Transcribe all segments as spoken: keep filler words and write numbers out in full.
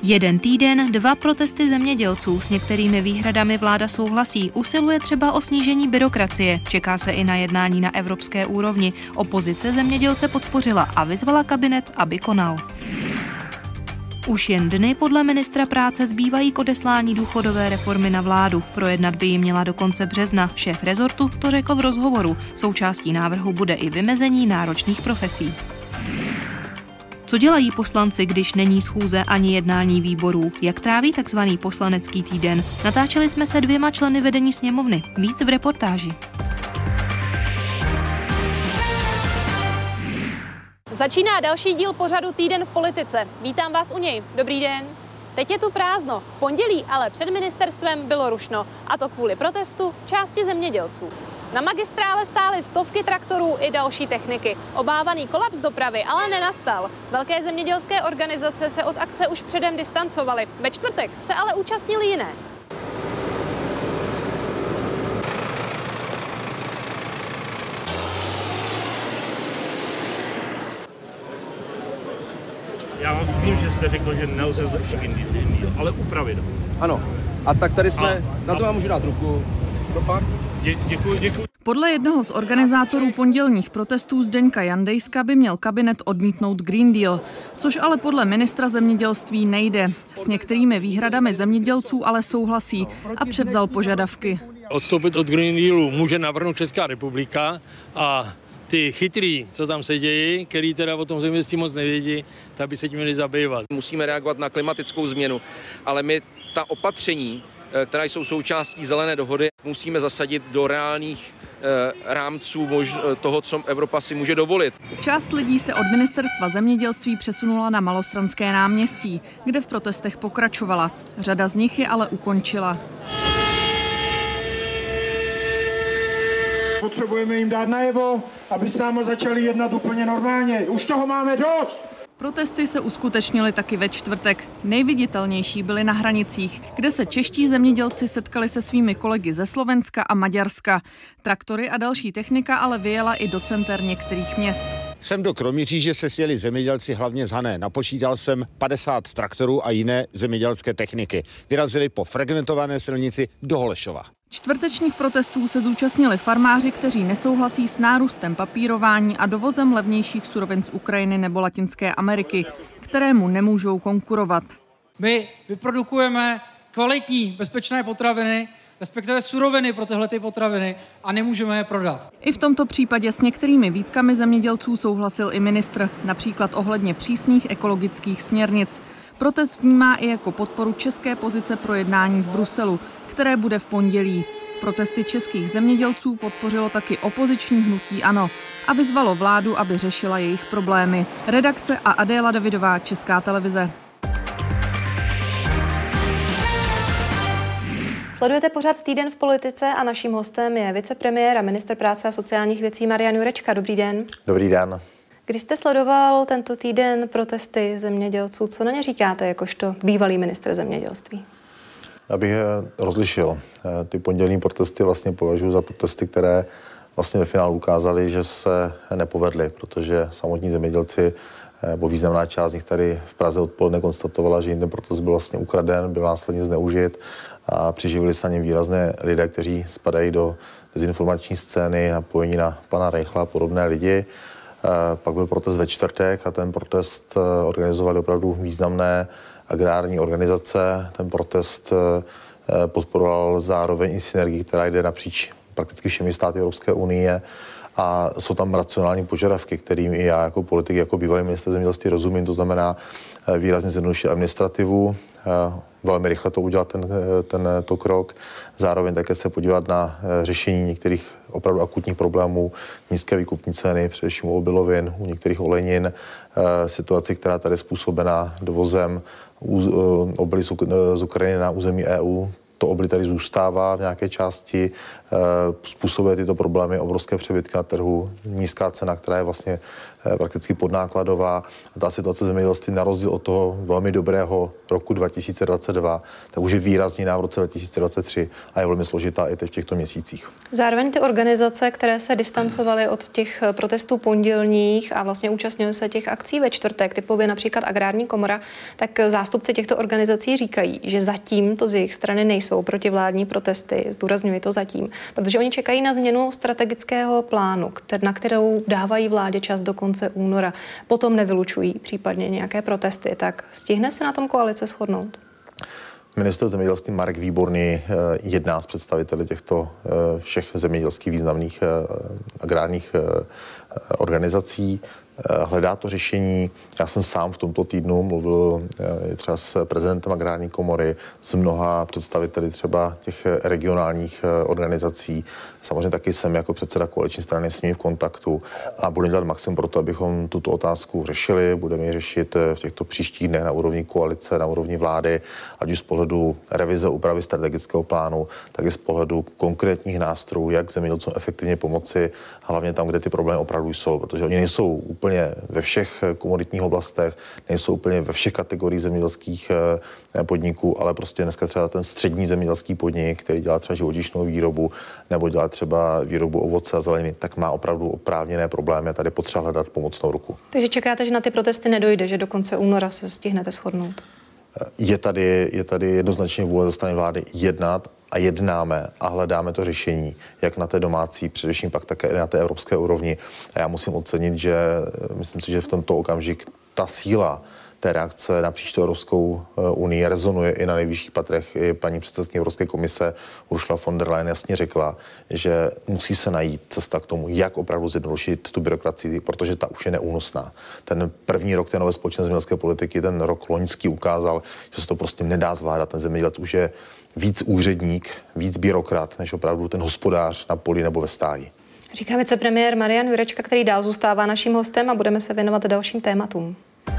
Jeden týden, dva protesty zemědělců. S některými výhradami vláda souhlasí. Usiluje třeba o snížení byrokracie. Čeká se i na jednání na evropské úrovni. Opozice zemědělce podpořila a vyzvala kabinet, aby konal. Už jen dny podle ministra práce zbývají k odeslání důchodové reformy na vládu. Projednat by ji měla do konce března. Šéf rezortu to řekl v rozhovoru. Součástí návrhu bude i vymezení náročných profesí. Co dělají poslanci, když není schůze ani jednání výborů? Jak tráví takzvaný poslanecký týden? Natáčeli jsme se dvěma členy vedení sněmovny. Víc v reportáži. Začíná další díl pořadu Týden v politice. Vítám vás u něj. Dobrý den. Teď je tu prázdno. V pondělí ale před ministerstvem bylo rušno. A to kvůli protestu části zemědělců. Na magistrále stály stovky traktorů i další techniky. Obávaný kolaps dopravy ale nenastal. Velké zemědělské organizace se od akce už předem distancovaly. Ve čtvrtek se ale účastnili jiné. Já vím, že jste řekl, že nelze zrušit Green Deal, ale upravit. Ano. A tak tady jsme, a, na to vám můžu dát ruku. Dopak. Dě, děkuji, děkuji. Podle jednoho z organizátorů pondělních protestů Zdeňka Jandejska by měl kabinet odmítnout Green Deal, což ale podle ministra zemědělství nejde. S některými výhradami zemědělců ale souhlasí a převzal požadavky. Odstoupit od Green Dealu může navrhnout Česká republika a ty chytrý, co tam se dějí, který teda o tom zemědělství moc nevědí, tak by se tím měli zabývat. Musíme reagovat na klimatickou změnu, ale my ta opatření, která jsou součástí zelené dohody, musíme zasadit do reálných eh, rámců mož, toho, co Evropa si může dovolit. Část lidí se od ministerstva zemědělství přesunula na Malostranské náměstí, kde v protestech pokračovala. Řada z nich je ale ukončila. Potřebujeme jim dát najevo, aby s námi začali jednat úplně normálně. Už toho máme dost! Protesty se uskutečnily taky ve čtvrtek. Nejviditelnější byly na hranicích, kde se čeští zemědělci setkali se svými kolegy ze Slovenska a Maďarska. Traktory a další technika ale vyjela i do center některých měst. Sem do Kroměříže se sjeli zemědělci hlavně z Hané. Napočítal jsem padesát traktorů a jiné zemědělské techniky. Vyrazili po frekventované silnici do Holešova. Čtvrtečních protestů se zúčastnili farmáři, kteří nesouhlasí s nárůstem papírování a dovozem levnějších surovin z Ukrajiny nebo Latinské Ameriky, kterému nemůžou konkurovat. My vyprodukujeme kvalitní, bezpečné potraviny, respektive suroviny pro tyhle ty potraviny a nemůžeme je prodat. I v tomto případě s některými výtkami zemědělců souhlasil i ministr, například ohledně přísných ekologických směrnic. Protest vnímá i jako podporu české pozice pro jednání v Bruselu, které bude v pondělí. Protesty českých zemědělců podpořilo taky opoziční hnutí ANO a vyzvalo vládu, aby řešila jejich problémy. Redakce a Adéla Davidová, Česká televize. Sledujete pořad Týden v politice a naším hostem je vicepremiér a ministr práce a sociálních věcí Marian Jurečka. Dobrý den. Dobrý den. Když jste sledoval tento týden protesty zemědělců, co na ně říkáte jakožto bývalý ministr zemědělství? Abych rozlišil. Ty pondělní protesty vlastně považuji za protesty, které vlastně ve finále ukázaly, že se nepovedly, protože samotní zemědělci, bo významná část z nich tady v Praze odpoledne konstatovala, že jim ten protest byl vlastně ukraden, byl následně zneužit a přiživili se na něm výrazné lidé, kteří spadají do dezinformační scény, napojení na pana Reichla a podobné lidi. Pak byl protest ve čtvrtek a ten protest organizovali opravdu významné agrární organizace. Ten protest podporoval zároveň i synergii, která jde napříč prakticky všemi státy Evropské unie a jsou tam racionální požadavky, kterým i já jako politik, jako bývalý ministr zemědělství rozumím, to znamená výrazně zjednodušit administrativu, velmi rychle to udělat ten, tento krok, zároveň také se podívat na řešení některých opravdu akutních problémů, nízké výkupní ceny, především u obilovin, u některých olenin, situaci, která tady je způsobená dovozem obilí z Ukrajiny na území E U, to obilí tady zůstává v nějaké části, způsobuje tyto problémy, obrovské přebytky na trhu, nízká cena, která je vlastně prakticky podnákladová. A ta situace zemědělství na rozdíl od toho velmi dobrého roku dva tisíce dvacet dva, tak už je výrazně jiná v roce dva tisíce dvacet tři a je velmi složitá i teď v těchto měsících. Zároveň ty organizace, které se distancovaly od těch protestů pondělních a vlastně účastnily se těch akcí ve čtvrtek, typově například Agrární komora, tak zástupci těchto organizací říkají, že zatím to z jejich strany nejsou protivládní protesty, zdůrazňuji to zatím, protože oni čekají na změnu strategického plánu, na kterou dávají vládě čas do konce února. Potom nevylučují případně nějaké protesty. Tak stihne se na tom koalice shodnout? Ministr zemědělství Marek Výborný jedná s představiteli těchto všech zemědělských významných agrárních organizací, hledá to řešení. Já jsem sám v tomto týdnu mluvil třeba s prezidentem Agrární komory, s mnoha představiteli třeba těch regionálních organizací. Samozřejmě taky jsem jako předseda koaliční strany s nimi v kontaktu a budeme dělat maximum pro to, abychom tuto otázku řešili. Budeme ji řešit v těchto příštích dnech na úrovni koalice, na úrovni vlády, ať už z pohledu revize úpravy strategického plánu, tak i z pohledu konkrétních nástrojů, jak zemědělcům efektivně pomoci, hlavně tam, kde ty problémy opravdu jsou, protože oni nejsou úplně ve všech komoditních oblastech, nejsou úplně ve všech kategoriích zemědělských podniků, ale prostě dneska třeba ten střední zemědělský podnik, který dělá třeba živočišnou výrobu nebo dělá třeba výrobu ovoce a zeleniny, tak má opravdu oprávněné problémy a tady potřeba hledat pomocnou ruku. Takže čekáte, že na ty protesty nedojde, že do konce února se stihnete shodnout? Je tady, je tady jednoznačně vůle ze strany vlády jednat a jednáme a hledáme to řešení, jak na té domácí, především pak také na té evropské úrovni. A já musím ocenit, že myslím si, že v tento okamžik ta síla té reakce napříč Evropskou unii rezonuje i na nejvyšších patrech. I paní předsedkyně Evropské komise Ursula von der Leyen jasně řekla, že musí se najít cesta k tomu, jak opravdu zjednodušit tu byrokracii, protože ta už je neúnosná. Ten první rok té nové společné zemědělské politiky, ten rok loňský ukázal, že se to prostě nedá zvládat. Ten zemědělec už je víc úředník, víc byrokrat, než opravdu ten hospodář na poli nebo ve stáji. Říká vicepremiér Marian Jurečka, který dál zůstává naším hostem a budeme se věnovat dalším tématům.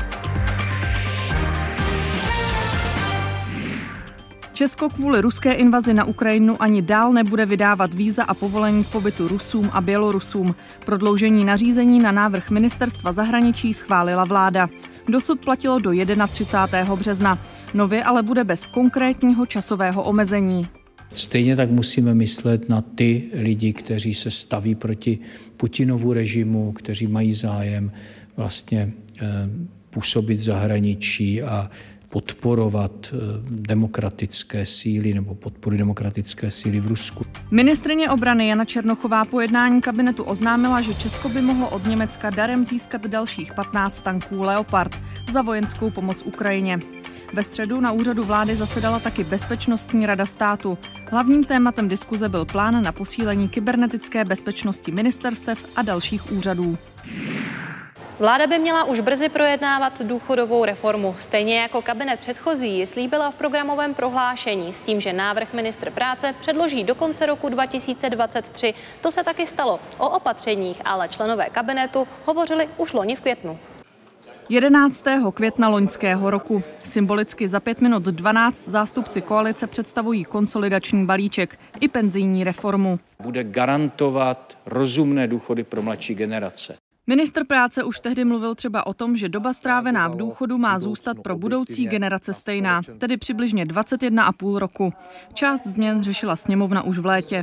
Česko kvůli ruské invazi na Ukrajinu ani dál nebude vydávat víza a povolení k pobytu Rusům a Bělorusům. Prodloužení nařízení na návrh ministerstva zahraničí schválila vláda. Dosud platilo do třicátého prvního března. Nově ale bude bez konkrétního časového omezení. Stejně tak musíme myslet na ty lidi, kteří se staví proti Putinovu režimu, kteří mají zájem vlastně eh, působit v zahraničí a podporovat demokratické síly nebo podporu demokratické síly v Rusku. Ministryně obrany Jana Černochová po jednání kabinetu oznámila, že Česko by mohlo od Německa darem získat dalších patnáct tanků Leopard za vojenskou pomoc Ukrajině. Ve středu na úřadu vlády zasedala taky Bezpečnostní rada státu. Hlavním tématem diskuze byl plán na posílení kybernetické bezpečnosti ministerstev a dalších úřadů. Vláda by měla už brzy projednávat důchodovou reformu. Stejně jako kabinet předchozí ji slíbila v programovém prohlášení s tím, že návrh ministr práce předloží do konce roku dva tisíce dvacet tři. To se taky stalo. O opatřeních ale členové kabinetu hovořili už loni v květnu. jedenáctého května loňského roku. Symbolicky za pět minut dvanáct zástupci koalice představují konsolidační balíček i penzijní reformu. Bude garantovat rozumné důchody pro mladší generace. Ministr práce už tehdy mluvil třeba o tom, že doba strávená v důchodu má zůstat pro budoucí generace stejná, tedy přibližně dvacet jedna a půl roku. Část změn řešila sněmovna už v létě.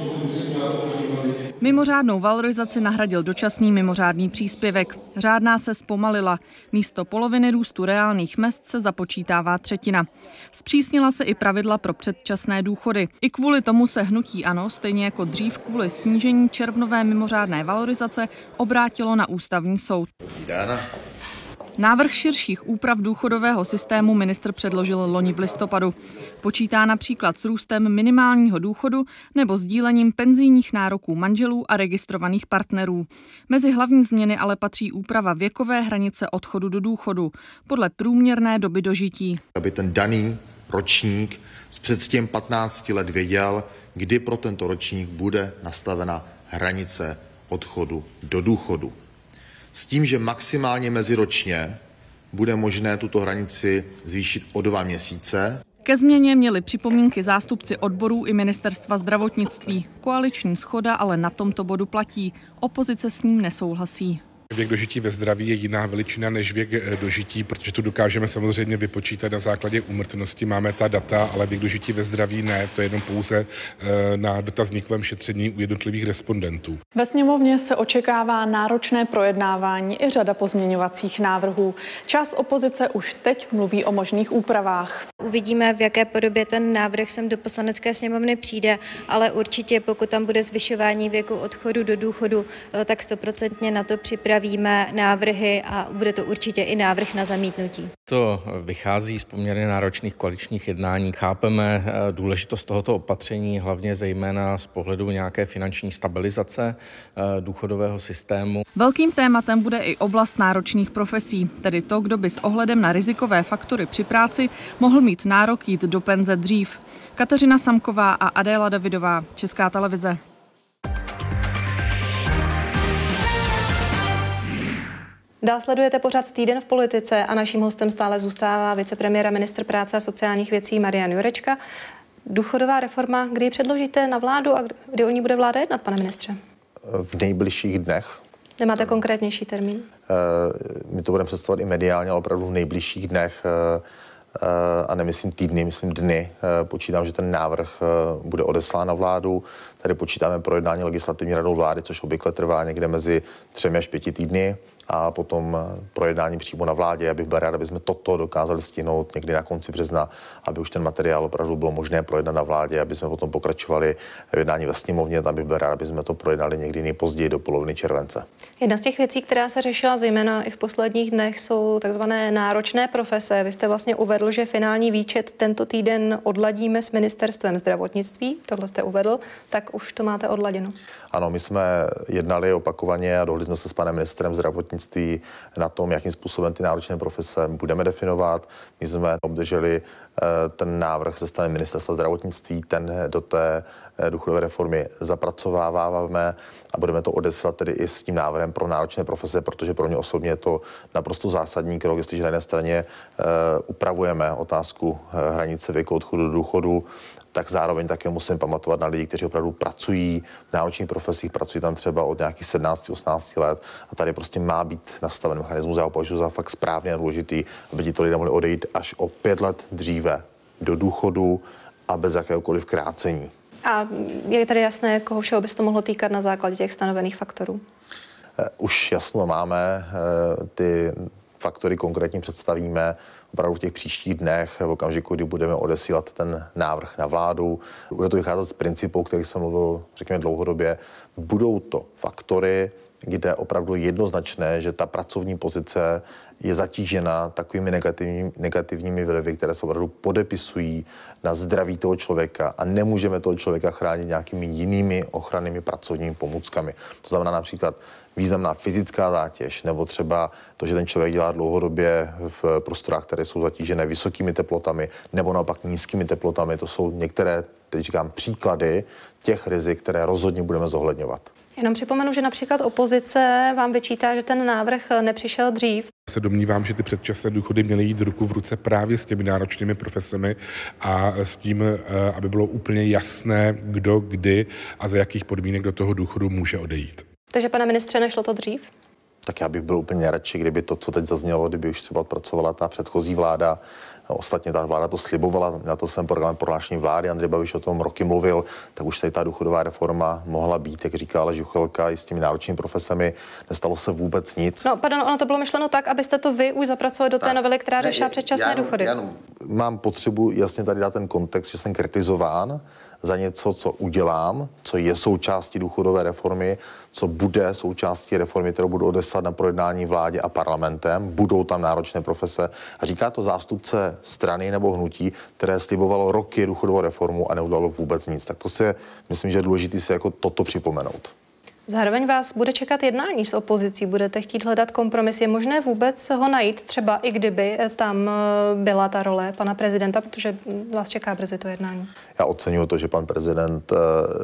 Mimořádnou valorizaci nahradil dočasný mimořádný příspěvek. Řádná se zpomalila. Místo poloviny růstu reálných mezd se započítává třetina. Zpřísnila se i pravidla pro předčasné důchody. I kvůli tomu se hnutí ANO, stejně jako dřív kvůli snížení červnové mimořádné valorizace, obrátilo na ústavní soud. Návrh širších úprav důchodového systému ministr předložil loni v listopadu. Počítá například s růstem minimálního důchodu nebo sdílením penzijních nároků manželů a registrovaných partnerů. Mezi hlavní změny ale patří úprava věkové hranice odchodu do důchodu podle průměrné doby dožití. Aby ten daný ročník s předstihem patnácti let věděl, kdy pro tento ročník bude nastavena hranice odchodu do důchodu. S tím, že maximálně meziročně bude možné tuto hranici zvýšit o dva měsíce. Ke změně měli připomínky zástupci odborů i ministerstva zdravotnictví. Koaliční shoda ale na tomto bodu platí. Opozice s ním nesouhlasí. Věk dožití ve zdraví je jiná veličina než věk dožití, protože tu dokážeme samozřejmě vypočítat na základě úmrtnosti, máme ta data, ale věk dožití ve zdraví ne, to je jenom pouze na dotazníkovém šetření u jednotlivých respondentů. Ve sněmovně se očekává náročné projednávání i řada pozměňovacích návrhů. Část opozice už teď mluví o možných úpravách. Uvidíme, v jaké podobě ten návrh sem do Poslanecké sněmovny přijde, ale určitě pokud tam bude zvyšování věku odchodu do důchodu, tak stoprocentně na to připraví víme návrhy a bude to určitě i návrh na zamítnutí. To vychází z poměrně náročných koaličních jednání. Chápeme důležitost tohoto opatření, hlavně zejména z pohledu nějaké finanční stabilizace důchodového systému. Velkým tématem bude i oblast náročných profesí, tedy to, kdo by s ohledem na rizikové faktory při práci mohl mít nárok jít do penze dřív. Kateřina Samková a Adéla Davidová, Česká televize. Dál sledujete pořad Týden v politice a naším hostem stále zůstává vicepremiér a ministr práce a sociálních věcí Marian Jurečka. Důchodová reforma, kdy ji předložíte na vládu a kdy o ní bude vláda jednat, pane ministře? V nejbližších dnech. Nemáte konkrétnější termín? My to budeme představovat i mediálně, ale opravdu v nejbližších dnech a nemyslím týdny, myslím dny. Počítám, že ten návrh bude odeslán na vládu. Tady počítáme projednání legislativní radou vlády, což obvykle trvá někde mezi třemi až pěti týdny. A potom projednání přímo na vládě. Já bych byl rád, aby jsme toto dokázali stihnout někdy na konci března, aby už ten materiál opravdu bylo možné projednat na vládě, aby jsme potom pokračovali v jednání ve sněmovně, tam bych byl rád, aby jsme to projednali někdy nejpozději do poloviny července. Jedna z těch věcí, která se řešila zejména i v posledních dnech, jsou takzvané náročné profese. Vy jste vlastně uvedl, že finální výčet tento týden odladíme s ministerstvem zdravotnictví, tohle jste uvedl, tak už to máte odladěno. Ano, my jsme jednali opakovaně a dohodli jsme se s panem ministrem zdravotnictví na tom, jakým způsobem ty náročné profese budeme definovat. My jsme obdrželi ten návrh ze strany ministerstva zdravotnictví, ten do té důchodové reformy zapracováváme a budeme to odeslat tedy i s tím návrhem pro náročné profese, protože pro mě osobně je to naprosto zásadní krok, jestliže na jedné straně upravujeme otázku hranice věku odchodu do důchodu, tak zároveň také musím pamatovat na lidi, kteří opravdu pracují v náročných profesích, pracují tam třeba od nějakých sedmnáct osmnáct let a tady prostě má být nastaven mechanismus. Já ho považuji za fakt správně a důležitý, aby tito lidé mohli odejít až o pět let dříve do důchodu a bez jakéhokoliv krácení. A je tady jasné, koho všeho by se to mohlo týkat na základě těch stanovených faktorů? Už jasno máme, ty faktory konkrétně představíme opravdu v těch příštích dnech, v okamžiku, kdy budeme odesílat ten návrh na vládu. Bude to vycházet z principů, o kterých jsem mluvil, řekněme, dlouhodobě. Budou to faktory, kde je opravdu jednoznačné, že ta pracovní pozice je zatížena takovými negativní, negativními vlivy, které se opravdu podepisují na zdraví toho člověka a nemůžeme toho člověka chránit nějakými jinými ochrannými pracovními pomůckami. To znamená například významná fyzická zátěž, nebo třeba to, že ten člověk dělá dlouhodobě v prostorách, které jsou zatížené vysokými teplotami, nebo naopak nízkými teplotami. To jsou některé, teď říkám, příklady těch rizik, které rozhodně budeme zohledňovat. Jenom připomenu, že například opozice vám vyčítá, že ten návrh nepřišel dřív. Se domnívám, že ty předčasné důchody měly jít ruku v ruce právě s těmi náročnými profesemi a s tím, aby bylo úplně jasné, kdo, kdy a za jakých podmínek do toho důchodu může odejít. Takže, pane ministře, nešlo to dřív? Tak já bych byl úplně radši, kdyby to, co teď zaznělo, kdyby už třeba odpracovala ta předchozí vláda. Ostatně ta vláda to slibovala, na to jsem program prohlášení vlády, Andrej Babiš o tom roky mluvil, tak už tady ta důchodová reforma mohla být, jak říká Aleš Juchelka, i s těmi náročnými profesemi. Nestalo se vůbec nic. No, pardon, ono to bylo myšleno tak, abyste to vy už zapracovali do té novely, která řešila předčasné důchody. Já mám potřebu jasně tady dát ten kontext, že jsem kritizován za něco, co udělám, co je součástí důchodové reformy, co bude součástí reformy, kterou budu odeslat na projednání vládě a parlamentem. Budou tam náročné profese. A říká to zástupce strany nebo hnutí, které slibovalo roky důchodovou reformu a neudělalo vůbec nic. Tak to si myslím, že je důležité si jako toto připomenout. Zároveň vás bude čekat jednání s opozicí, budete chtít hledat kompromis. Je možné vůbec ho najít, třeba i kdyby tam byla ta role pana prezidenta, protože vás čeká brzy to jednání? Já oceňuji to, že pan prezident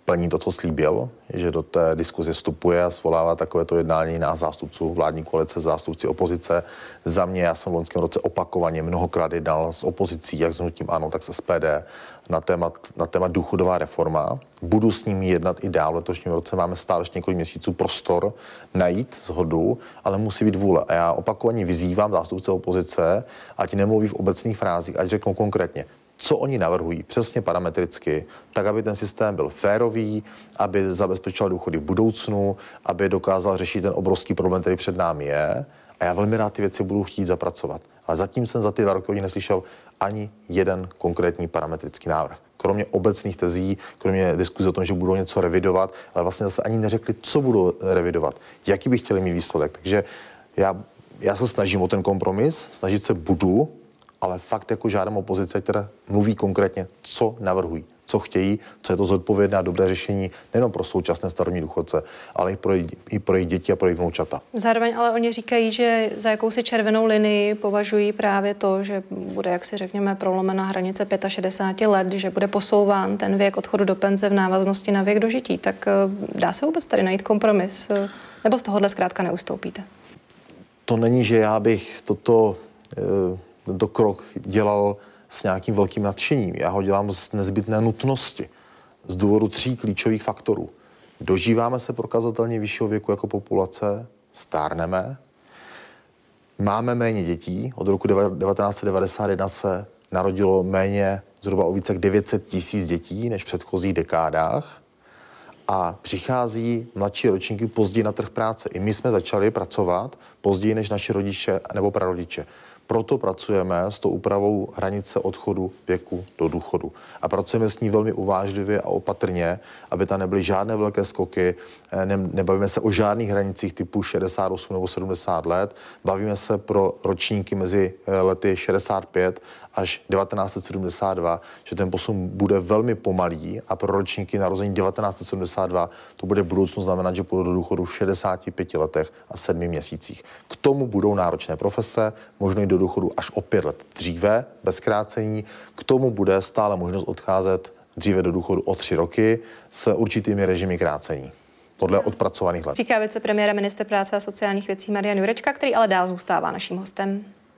plní to, co slíbil, že do té diskuze vstupuje a svolává takovéto jednání nás zástupců vládní koalice, zástupci opozice. Za mě, já jsem v loňském roce opakovaně mnohokrát jednal s opozicí, jak s hnutím ANO, tak s S P D, na téma, na téma důchodová reforma. Budu s nimi jednat i dál. V letošním roce máme stále ještě několik měsíců prostor najít shodu, ale musí být vůle. A já opakovaně vyzývám zástupce opozice, ať nemluví v obecných frázích, ať řeknou konkrétně, co oni navrhují, přesně parametricky, tak, aby ten systém byl férový, aby zabezpečoval důchody v budoucnu, aby dokázal řešit ten obrovský problém, který před námi je. A já velmi rád ty věci budu chtít zapracovat. Ale zatím jsem za ty dva roky od nich neslyšel ani jeden konkrétní parametrický návrh. Kromě obecných tezí, kromě diskuze o tom, že budou něco revidovat, ale vlastně zase ani neřekli, co budou revidovat, jaký by chtěli mít výsledek. Takže já, já se snažím o ten kompromis, snažit se budu, ale fakt jako žádám opozice, která mluví konkrétně, co navrhují, co chtějí, co je to zodpovědné a dobré řešení nejen pro současné starobní důchodce, ale i pro, i pro jejich děti a pro jejich vnoučata. Zároveň ale oni říkají, že za jakousi červenou linii považují právě to, že bude, jak si řekněme, prolomena hranice šedesáti pěti let, že bude posouván ten věk odchodu do penze v návaznosti na věk dožití. Tak dá se vůbec tady najít kompromis? Nebo z tohohle zkrátka neustoupíte? To není, že já bych toto... E, tento krok dělal s nějakým velkým nadšením. Já ho dělám z nezbytné nutnosti. Z důvodu tří klíčových faktorů. Dožíváme se prokazatelně vyššího věku jako populace, stárneme, máme méně dětí. Od roku devatenáct set devadesát jedna se narodilo méně, zhruba o více jak devět set tisíc dětí než v předchozích dekádách. A přichází mladší ročníky později na trh práce. I my jsme začali pracovat později než naši rodiče nebo prarodiče. Proto pracujeme s tou úpravou hranice odchodu věku do důchodu. A pracujeme s ní velmi uvážlivě a opatrně, aby tam nebyly žádné velké skoky, ne, nebavíme se o žádných hranicích typu šedesát osm nebo sedmdesát let, bavíme se pro ročníky mezi lety šedesát pět až devatenáct set sedmdesát dva, že ten posun bude velmi pomalý a pro ročníky narození devatenáct set sedmdesát dva to bude v budoucnu znamenat, že půjdou do důchodu v šedesáti pěti letech a sedmi měsících. K tomu budou náročné profese, možná i do důchodu až o pět let dříve, bez zkrácení. K tomu bude stále možnost odcházet dříve do důchodu o tři roky s určitými režimy krácení podle odpracovaných let. Říká vicepremiéra ministr práce a sociálních věcí Marian Jurečka, který ale dál zůstává naším hostem.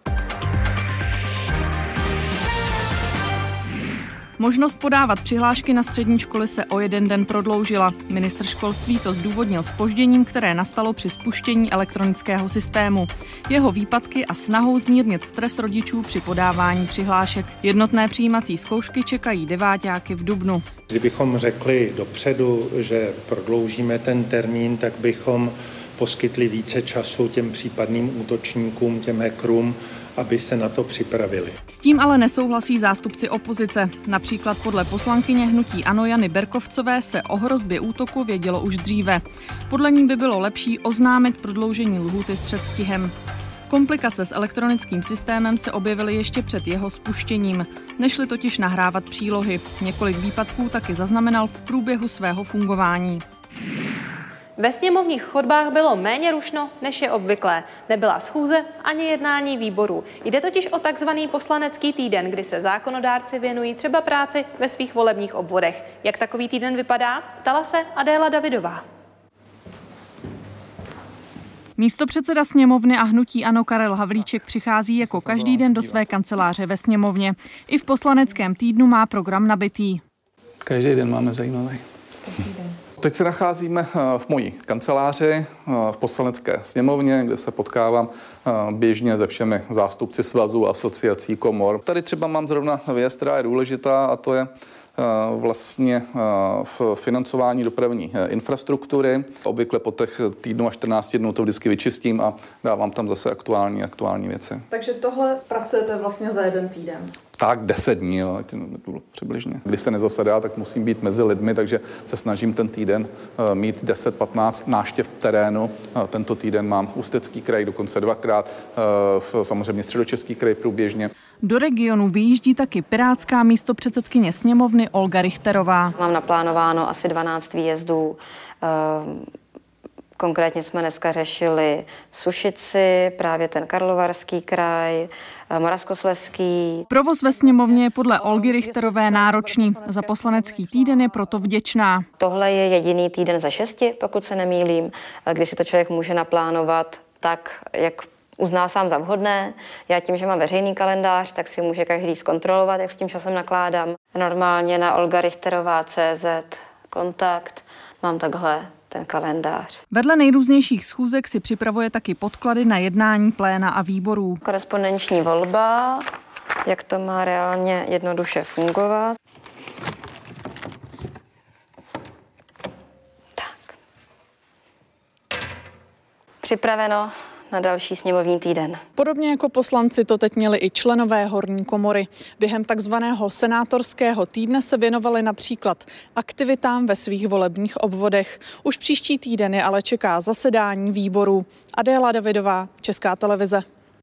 Možnost podávat přihlášky na střední školy se o jeden den prodloužila. Ministr školství to zdůvodnil zpožděním, které nastalo při spuštění elektronického systému. Jeho výpadky a snahou zmírnit stres rodičů při podávání přihlášek. Jednotné přijímací zkoušky čekají deváťáky v dubnu. Kdybychom řekli dopředu, že prodloužíme ten termín, tak bychom poskytli více času těm případným útočníkům, těm hackerům, aby se na to připravili. S tím ale nesouhlasí zástupci opozice. Například podle poslankyně hnutí ANO Jany Berkovcové se o hrozbě útoku vědělo už dříve. Podle ní by bylo lepší oznámit prodloužení lhůty s předstihem. Komplikace s elektronickým systémem se objevily ještě před jeho spuštěním. Nešli totiž nahrávat přílohy. Několik výpadků taky zaznamenal v průběhu svého fungování. Ve sněmovních chodbách bylo méně rušno, než je obvyklé. Nebyla schůze ani jednání výborů. Jde totiž o takzvaný poslanecký týden, kdy se zákonodárci věnují třeba práci ve svých volebních obvodech. Jak takový týden vypadá? Ptala se Adéla Davidová. Místopředseda sněmovny a hnutí ANO Karel Havlíček přichází jako každý den do své kanceláře ve sněmovně. I v poslaneckém týdnu má program nabitý. Každý den máme zajímavý. Teď se nacházíme v mojí kanceláři v poslanecké sněmovně, kde se potkávám běžně se všemi zástupci svazů, asociací, komor. Tady třeba mám zrovna věc, která je důležitá, a to je vlastně v financování dopravní infrastruktury. Obvykle po těch týdnu a čtrnácti dnů to vždycky vyčistím a dávám tam zase aktuální, aktuální věci. Takže tohle zpracujete vlastně za jeden týden? Tak deset dní, jo, přibližně. Když se nezasedá, tak musím být mezi lidmi, takže se snažím ten týden mít deset patnáct návštěv v terénu. Tento týden mám Ústecký kraj dokonce dvakrát, samozřejmě Středočeský kraj průběžně. Do regionu vyjíždí taky pirátská místopředsedkyně sněmovny Olga Richterová. Mám naplánováno asi dvanáct výjezdů Konkrétně jsme dneska řešili Sušici, právě ten Karlovarský kraj, Moravskoslezský. Provoz ve sněmovně je podle Olgy Richterové náročný. Za poslanecký týden je proto vděčná. Tohle je jediný týden ze šesti, pokud se nemýlím, kdy si to člověk může naplánovat tak, jak uzná sám za vhodné. Já tím, že mám veřejný kalendář, tak si může každý zkontrolovat, jak s tím časem nakládám. Normálně na Olga Richterová tečka cé zet kontakt mám takhle ten kalendář. Vedle nejrůznějších schůzek si připravuje taky podklady na jednání pléna a výborů. Korespondenční volba, jak to má reálně jednoduše fungovat. Tak. Připraveno na další sněmovní týden. Podobně jako poslanci to teď měli i členové horní komory. Během takzvaného senátorského týdne se věnovali například aktivitám ve svých volebních obvodech. Už příští týden je ale čeká zasedání výborů. Adéla Davidová, Česká televize.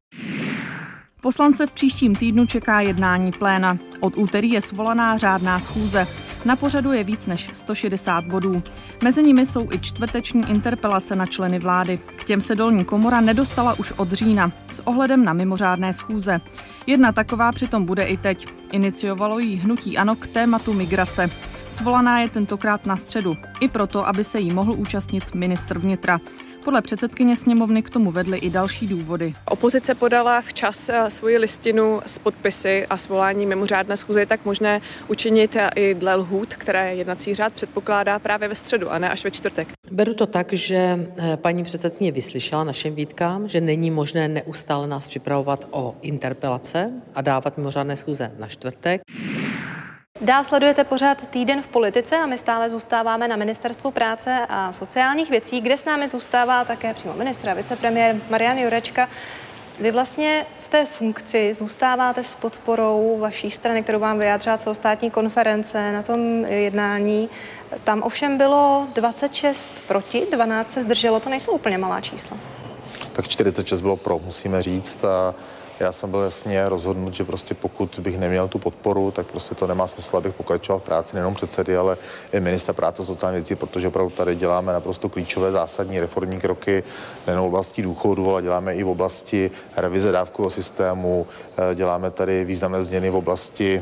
Poslance v příštím týdnu čeká jednání pléna. Od úterý je svolaná řádná schůze. Na pořadu je víc než sto šedesát bodů. Mezi nimi jsou i čtvrteční interpelace na členy vlády. K těm se dolní komora nedostala už od října s ohledem na mimořádné schůze. Jedna taková přitom bude i teď. Iniciovalo jí hnutí ANO k tématu migrace. Svolaná je tentokrát na středu. I proto, aby se jí mohl účastnit ministr vnitra. Podle předsedkyně sněmovny k tomu vedly i další důvody. Opozice podala včas svoji listinu s podpisy a svolání mimořádné schůze je tak možné učinit i dle lhůt, které jednací řád předpokládá právě ve středu a ne až ve čtvrtek. Beru to tak, že paní předsedkyně vyslyšela našim výtkám, že není možné neustále nás připravovat o interpelace a dávat mimořádné schůze na čtvrtek. Dál sledujete pořád Týden v politice a my stále zůstáváme na Ministerstvu práce a sociálních věcí, kde s námi zůstává také přímo ministr a vicepremiér Marian Jurečka. Vy vlastně v té funkci zůstáváte s podporou vaší strany, kterou vám vyjádřila celostátní konference na tom jednání. Tam ovšem bylo dvacet šest proti, dvanáct se zdrželo, to nejsou úplně malá čísla. Tak čtyřicet šest bylo pro, musíme říct. A já jsem byl jasně rozhodnut, že prostě pokud bych neměl tu podporu, tak prostě to nemá smysl, abych pokračoval v práci nejenom předsedy, ale i ministra práce a sociálních věcí, protože opravdu tady děláme naprosto klíčové zásadní reformní kroky nejen v oblasti důchodu, ale děláme i v oblasti revize dávkového systému, děláme tady významné změny v oblasti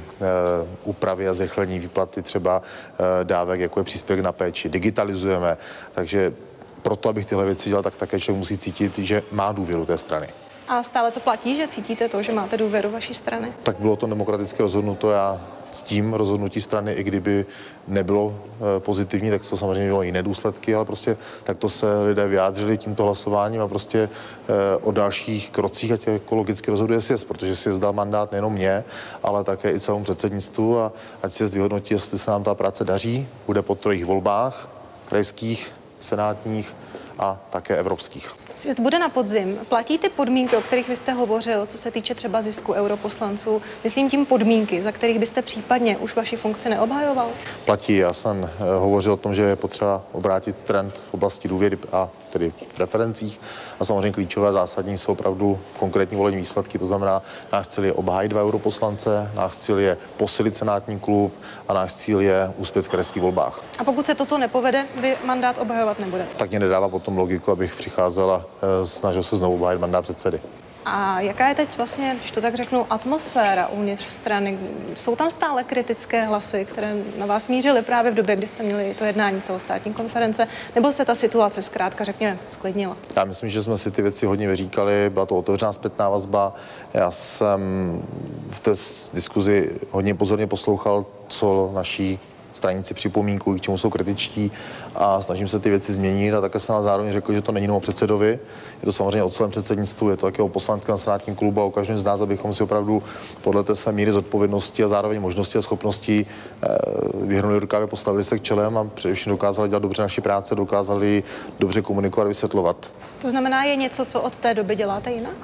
úpravy a zrychlení výplaty třeba dávek, jako je příspěvek na péči, digitalizujeme, takže proto, abych tyhle věci dělal, tak také člověk musí cítit, že má důvěru té strany. A stále to platí, že cítíte to, že máte důvěru vaší strany? Tak bylo to demokraticky rozhodnuto. Já s tím rozhodnutí strany, i kdyby nebylo e, pozitivní, tak to samozřejmě bylo jiné důsledky, ale prostě takto se lidé vyjádřili tímto hlasováním a prostě e, o dalších krocích, ať ekologicky rozhoduje sjezd, protože sjezd dal mandát nejenom mě, ale také i celému předsednictvu a ať sjezd vyhodnotí, jestli se nám ta práce daří, bude po trojích volbách, krajských, senátních a také evropských. Sjezd bude na podzim. Platí ty podmínky, o kterých vy jste hovořil, co se týče třeba zisku europoslanců? Myslím tím podmínky, za kterých byste případně už vaši funkci neobhajoval? Platí. Já jsem hovořil o tom, že je potřeba obrátit trend v oblasti důvěry a tedy v preferencích. A samozřejmě klíčové zásadní jsou opravdu konkrétní volební výsledky. To znamená, náš cíl je obhájit dva europoslance, náš cíl je posilit senátní klub a náš cíl je úspět v krajských volbách. A pokud se toto nepovede, vy mandát obhajovat nebudete? Tak mě nedává potom logiku, abych přicházela, snažil se znovu obhájit mandát předsedy. A jaká je teď vlastně, když to tak řeknu, atmosféra uvnitř strany? Jsou tam stále kritické hlasy, které na vás mířily právě v době, kdy jste měli to jednání celostátní konference, nebo se ta situace zkrátka, řekněme, sklidnila? Já myslím, že jsme si ty věci hodně vyříkali, byla to otevřená zpětná vazba. Já jsem v té diskuzi hodně pozorně poslouchal, co naší straníci připomínkují, k čemu jsou kritičtí a snažím se ty věci změnit a také jsem ale zároveň řekl, že to není jenom o předsedovi, je to samozřejmě o celém předsednictvu, je to také o poslaneckém senátním klubu a o každém z nás, abychom si opravdu podle té své míry zodpovědnosti a zároveň možnosti a schopnosti eh, vyhrnuli rukávy, postavili se k čelem a především dokázali dělat dobře naši práce, dokázali dobře komunikovat, vysvětlovat. To znamená, je něco, co od té doby děláte jinak?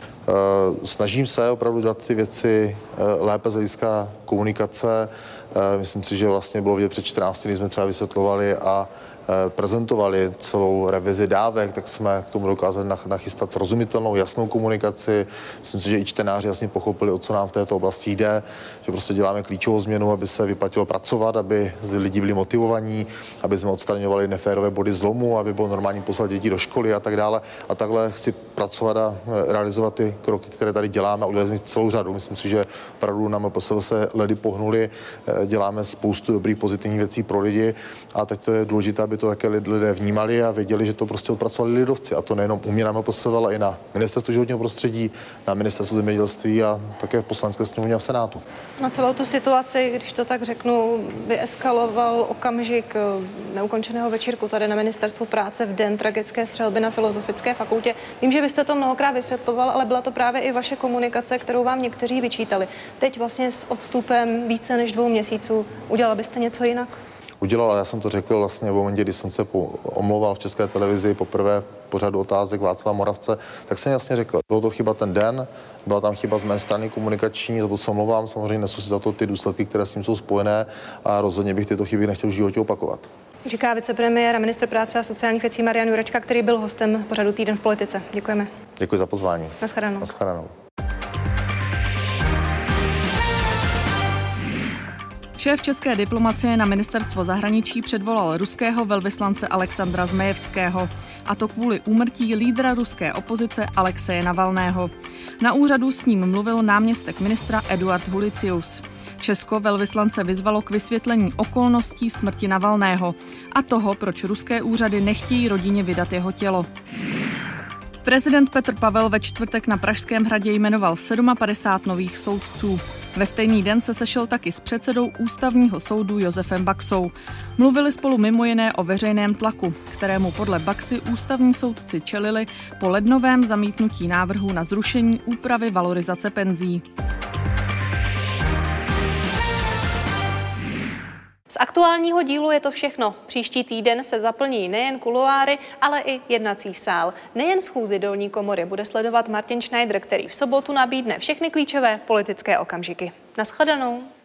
Snažím se opravdu dělat ty věci lépe z hlediska komunikace. Myslím si, že vlastně bylo vidět před čtrnácti dny jsme třeba vysvětlovali a prezentovali celou revizi dávek, tak jsme k tomu dokázali nachystat srozumitelnou, jasnou komunikaci. Myslím si, že i čtenáři jasně pochopili, o co nám v této oblasti jde, že prostě děláme klíčovou změnu, aby se vyplatilo pracovat, aby lidi byli motivovaní, aby jsme odstraňovali neférové body zlomu, aby bylo normální poslat děti do školy a tak dále. A takhle chci pracovat a realizovat ty kroky, které tady děláme. Udělali jsme celou řadu. Myslím si, že opravdu na M P S V se ledy pohnuli, děláme spoustu dobrých pozitivních věcí pro lidi a teď to je důležité, aby to také lidé vnímali a věděli, že to prostě odpracovali lidovci. A to nejenom u mě na M P S V, ale i na Ministerstvu životního prostředí, na Ministerstvu zemědělství a také v Poslanecké sněmovně a v Senátu. Na celou tu situaci, když to tak řeknu, vyeskaloval okamžik neukončeného večírku tady na Ministerstvu práce v den tragické střelby na Filozofické fakultě. Vím, že byste to mnohokrát vysvětloval, ale byla to právě i vaše komunikace, kterou vám někteří vyčítali. Teď vlastně s odstupem více než dvou měsíců udělal byste něco jinak? Udělal, já jsem to řekl vlastně v momentě, kdy jsem se omlouval v České televizi poprvé pořadu otázek Václava Moravce, tak jsem jasně řekl, bylo to chyba ten den, byla tam chyba z mé strany komunikační, za to se omlouvám, samozřejmě nesu si za to ty důsledky, které s tím jsou spojené a rozhodně bych tyto chyby nechtěl v životě opakovat. Říká vicepremiér a ministr práce a sociálních věcí Marian Jurečka, který byl hostem pořadu Týden v politice. Děkujeme. Děkuji za pozvání. Naschledanou. Naschledanou. Šéf české diplomacie na ministerstvo zahraničí předvolal ruského velvyslance Alexandra Zmejevského, a to kvůli úmrtí lídra ruské opozice Alexeje Navalného. Na úřadu s ním mluvil náměstek ministra Eduard Hulicius. Česko velvyslance vyzvalo k vysvětlení okolností smrti Navalného a toho, proč ruské úřady nechtějí rodině vydat jeho tělo. Prezident Petr Pavel ve čtvrtek na Pražském hradě jmenoval padesát sedm nových soudců. Ve stejný den se sešel taky s předsedou Ústavního soudu Josefem Baxou. Mluvili spolu mimo jiné o veřejném tlaku, kterému podle Baxy ústavní soudci čelili po lednovém zamítnutí návrhu na zrušení úpravy valorizace penzí. Z aktuálního dílu je to všechno. Příští týden se zaplní nejen kuloáry, ale i jednací sál. Nejen schůzi dolní komory bude sledovat Martin Schneider, který v sobotu nabídne všechny klíčové politické okamžiky. Naschledanou.